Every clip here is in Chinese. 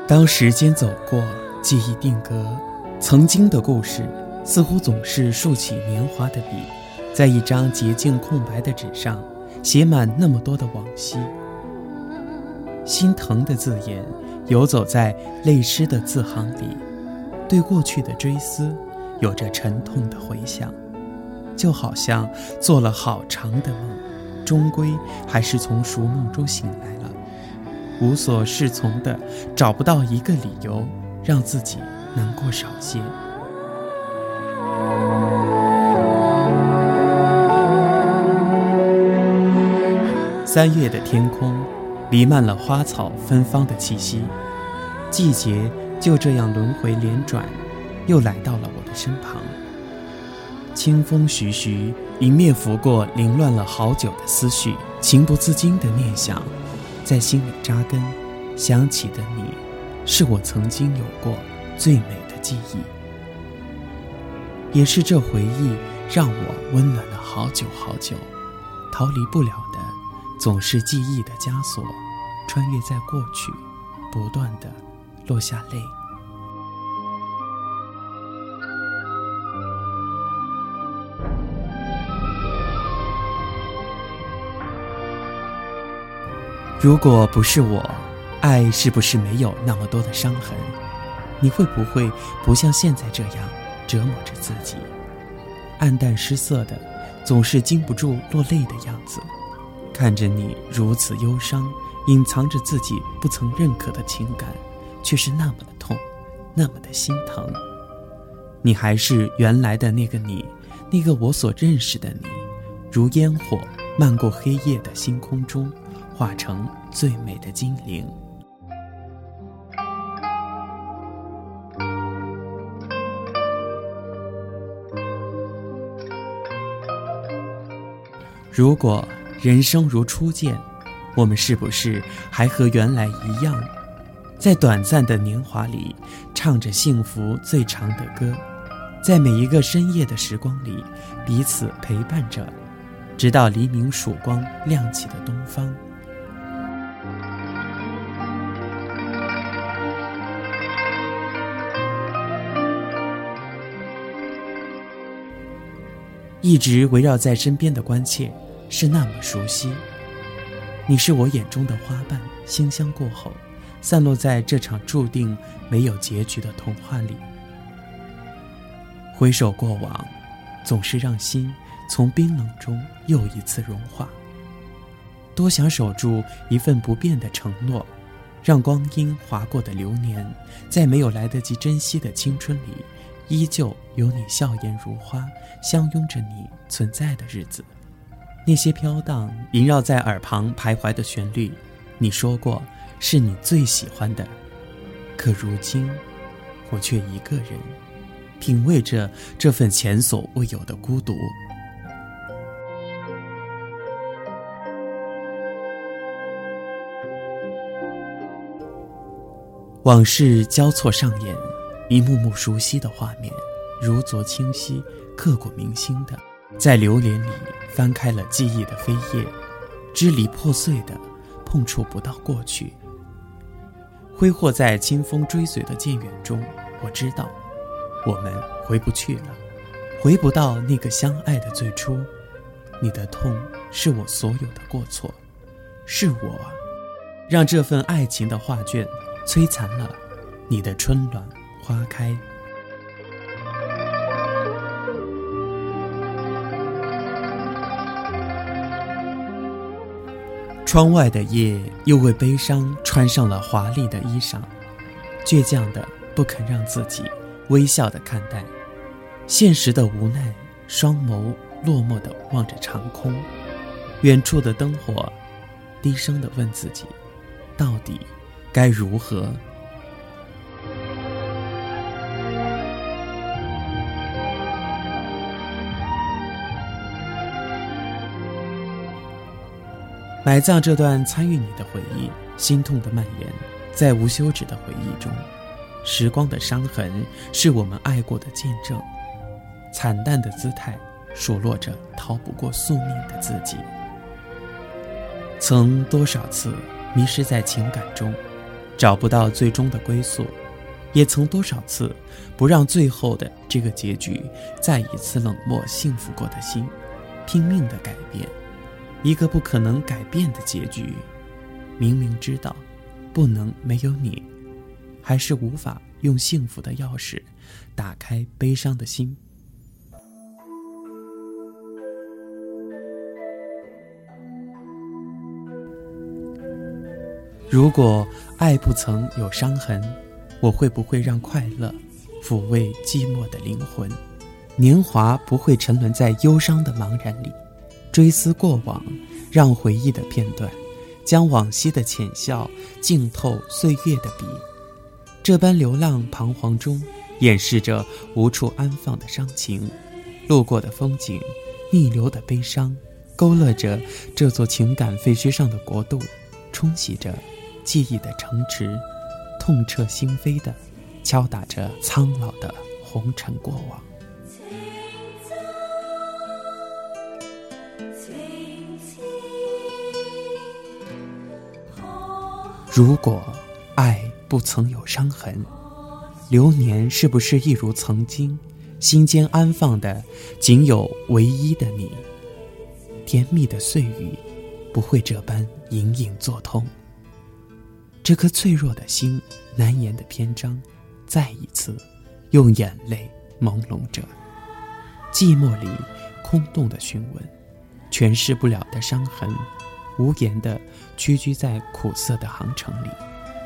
当时间走过，记忆定格，曾经的故事似乎总是竖起年华的笔，在一张洁净空白的纸上写满那么多的往昔。心疼的字眼游走在泪湿的字行里，对过去的追思有着沉痛的回响，就好像做了好长的梦，终归还是从熟梦中醒来了，无所适从的找不到一个理由让自己难过少些。3月的天空弥漫了花草芬芳的气息，季节就这样轮回连转，又来到了我的身旁。清风徐徐，迎面拂过凌乱了好久的思绪，情不自禁的念想在心里扎根，想起的你是我曾经有过最美的记忆，也是这回忆让我温暖了好久好久，逃离不了的总是记忆的枷锁，穿越在过去，不断的落下泪。如果不是我，爱是不是没有那么多的伤痕？你会不会不像现在这样折磨着自己？暗淡失色的，总是禁不住落泪的样子，看着你如此忧伤，隐藏着自己不曾认可的情感，却是那么的痛，那么的心疼。你还是原来的那个你，那个我所认识的你，如烟火漫过黑夜的星空中，化成最美的精灵。如果人生如初见，我们是不是还和原来一样，在短暂的年华里唱着幸福最长的歌，在每一个深夜的时光里彼此陪伴着，直到黎明曙光亮起的东方。一直围绕在身边的关切是那么熟悉，你是我眼中的花瓣，馨香过后散落在这场注定没有结局的童话里。回首过往，总是让心从冰冷中又一次融化。多想守住一份不变的承诺，让光阴划过的流年，在没有来得及珍惜的青春里，依旧有你笑颜如花，相拥着你存在的日子。那些飘荡萦绕在耳旁徘徊的旋律，你说过是你最喜欢的，可如今我却一个人品味着这份前所未有的孤独。往事交错上演，一幕幕熟悉的画面如昨清晰，刻骨铭心的在流年里翻开了记忆的扉页，支离破碎的碰触不到过去。挥霍在清风追随的渐远中，我知道我们回不去了，回不到那个相爱的最初。你的痛是我所有的过错，是我让这份爱情的画卷摧残了你的春暖花开。窗外的夜又为悲伤穿上了华丽的衣裳，倔强的不肯让自己微笑地看待现实的无奈，双眸落寞地望着长空，远处的灯火，低声地问自己，到底该如何？埋葬这段参与你的回忆，心痛的蔓延，在无休止的回忆中，时光的伤痕是我们爱过的见证，惨淡的姿态数落着逃不过宿命的自己。曾多少次迷失在情感中， 找不到最终的归宿，也曾多少次不让最后的这个结局再一次冷漠幸福过的心，拼命地改变一个不可能改变的结局。明明知道不能没有你，还是无法用幸福的钥匙打开悲伤的心。如果爱不曾有伤痕，我会不会让快乐抚慰寂寞的灵魂？年华不会沉沦在忧伤的茫然里，追思过往，让回忆的片段将往昔的浅笑浸透岁月的笔。这般流浪彷徨中，掩饰着无处安放的伤情，路过的风景，逆流的悲伤，勾勒着这座情感废墟上的国度，冲洗着记忆的城池，痛彻心扉地敲打着苍老的红尘过往。如果爱不曾有伤痕，流年是不是一如曾经，心间安放的仅有唯一的你？甜蜜的碎语不会这般隐隐作痛，这颗脆弱的心，难言的篇章，再一次用眼泪朦胧着。寂寞里空洞的询问，诠释不了的伤痕，无言地屈居在苦涩的航程里。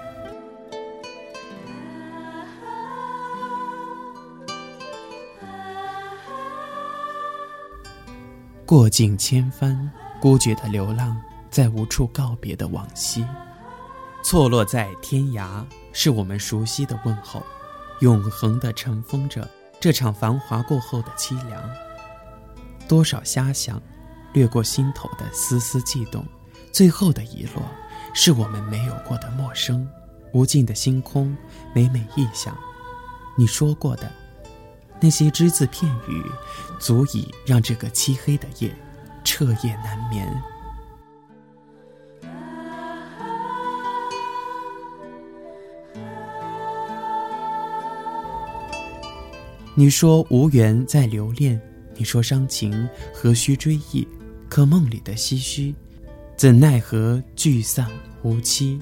过尽千帆，孤绝的流浪，在无处告别的往昔。错落在天涯，是我们熟悉的问候，永恒地尘封着这场繁华过后的凄凉。多少遐想掠过心头的丝丝悸动，最后的遗落是我们没有过的陌生。无尽的星空，每每忆想你说过的那些只字片语，足以让这个漆黑的夜彻夜难眠。你说无缘再留恋，你说伤情何须追忆，可梦里的唏嘘，怎奈何聚散无期。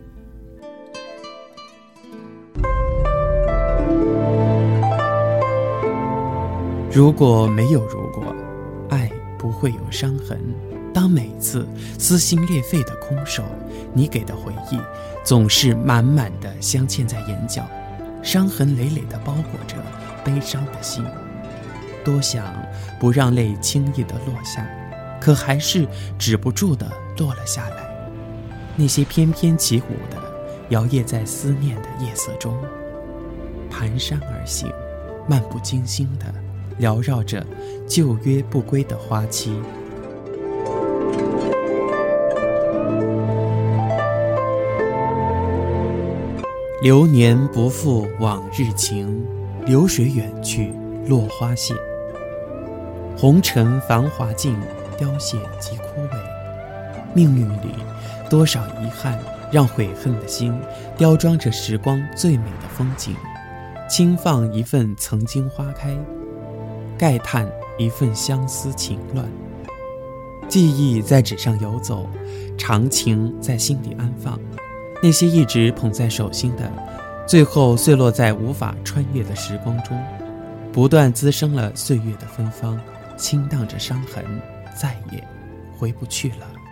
如果没有如果，爱不会有伤痕。当每次撕心裂肺的空手，你给的回忆总是满满的镶嵌在眼角，伤痕累累地包裹着悲伤的心。多想不让泪轻易地落下，可还是止不住地落了下来。那些翩翩起舞的摇曳在思念的夜色中，蹒跚而行，漫不经心地缭绕着旧约不归的花期。流年不负往日情，流水远去落花谢。红尘繁华尽，凋谢即枯萎。命运里多少遗憾，让悔恨的心雕装着时光最美的风景，轻放一份曾经花开，慨叹一份相思情乱。记忆在纸上游走，长情在心底安放。那些一直捧在手心的，最后碎落在无法穿越的时光中，不断滋生了岁月的芬芳，倾荡着伤痕，再也回不去了。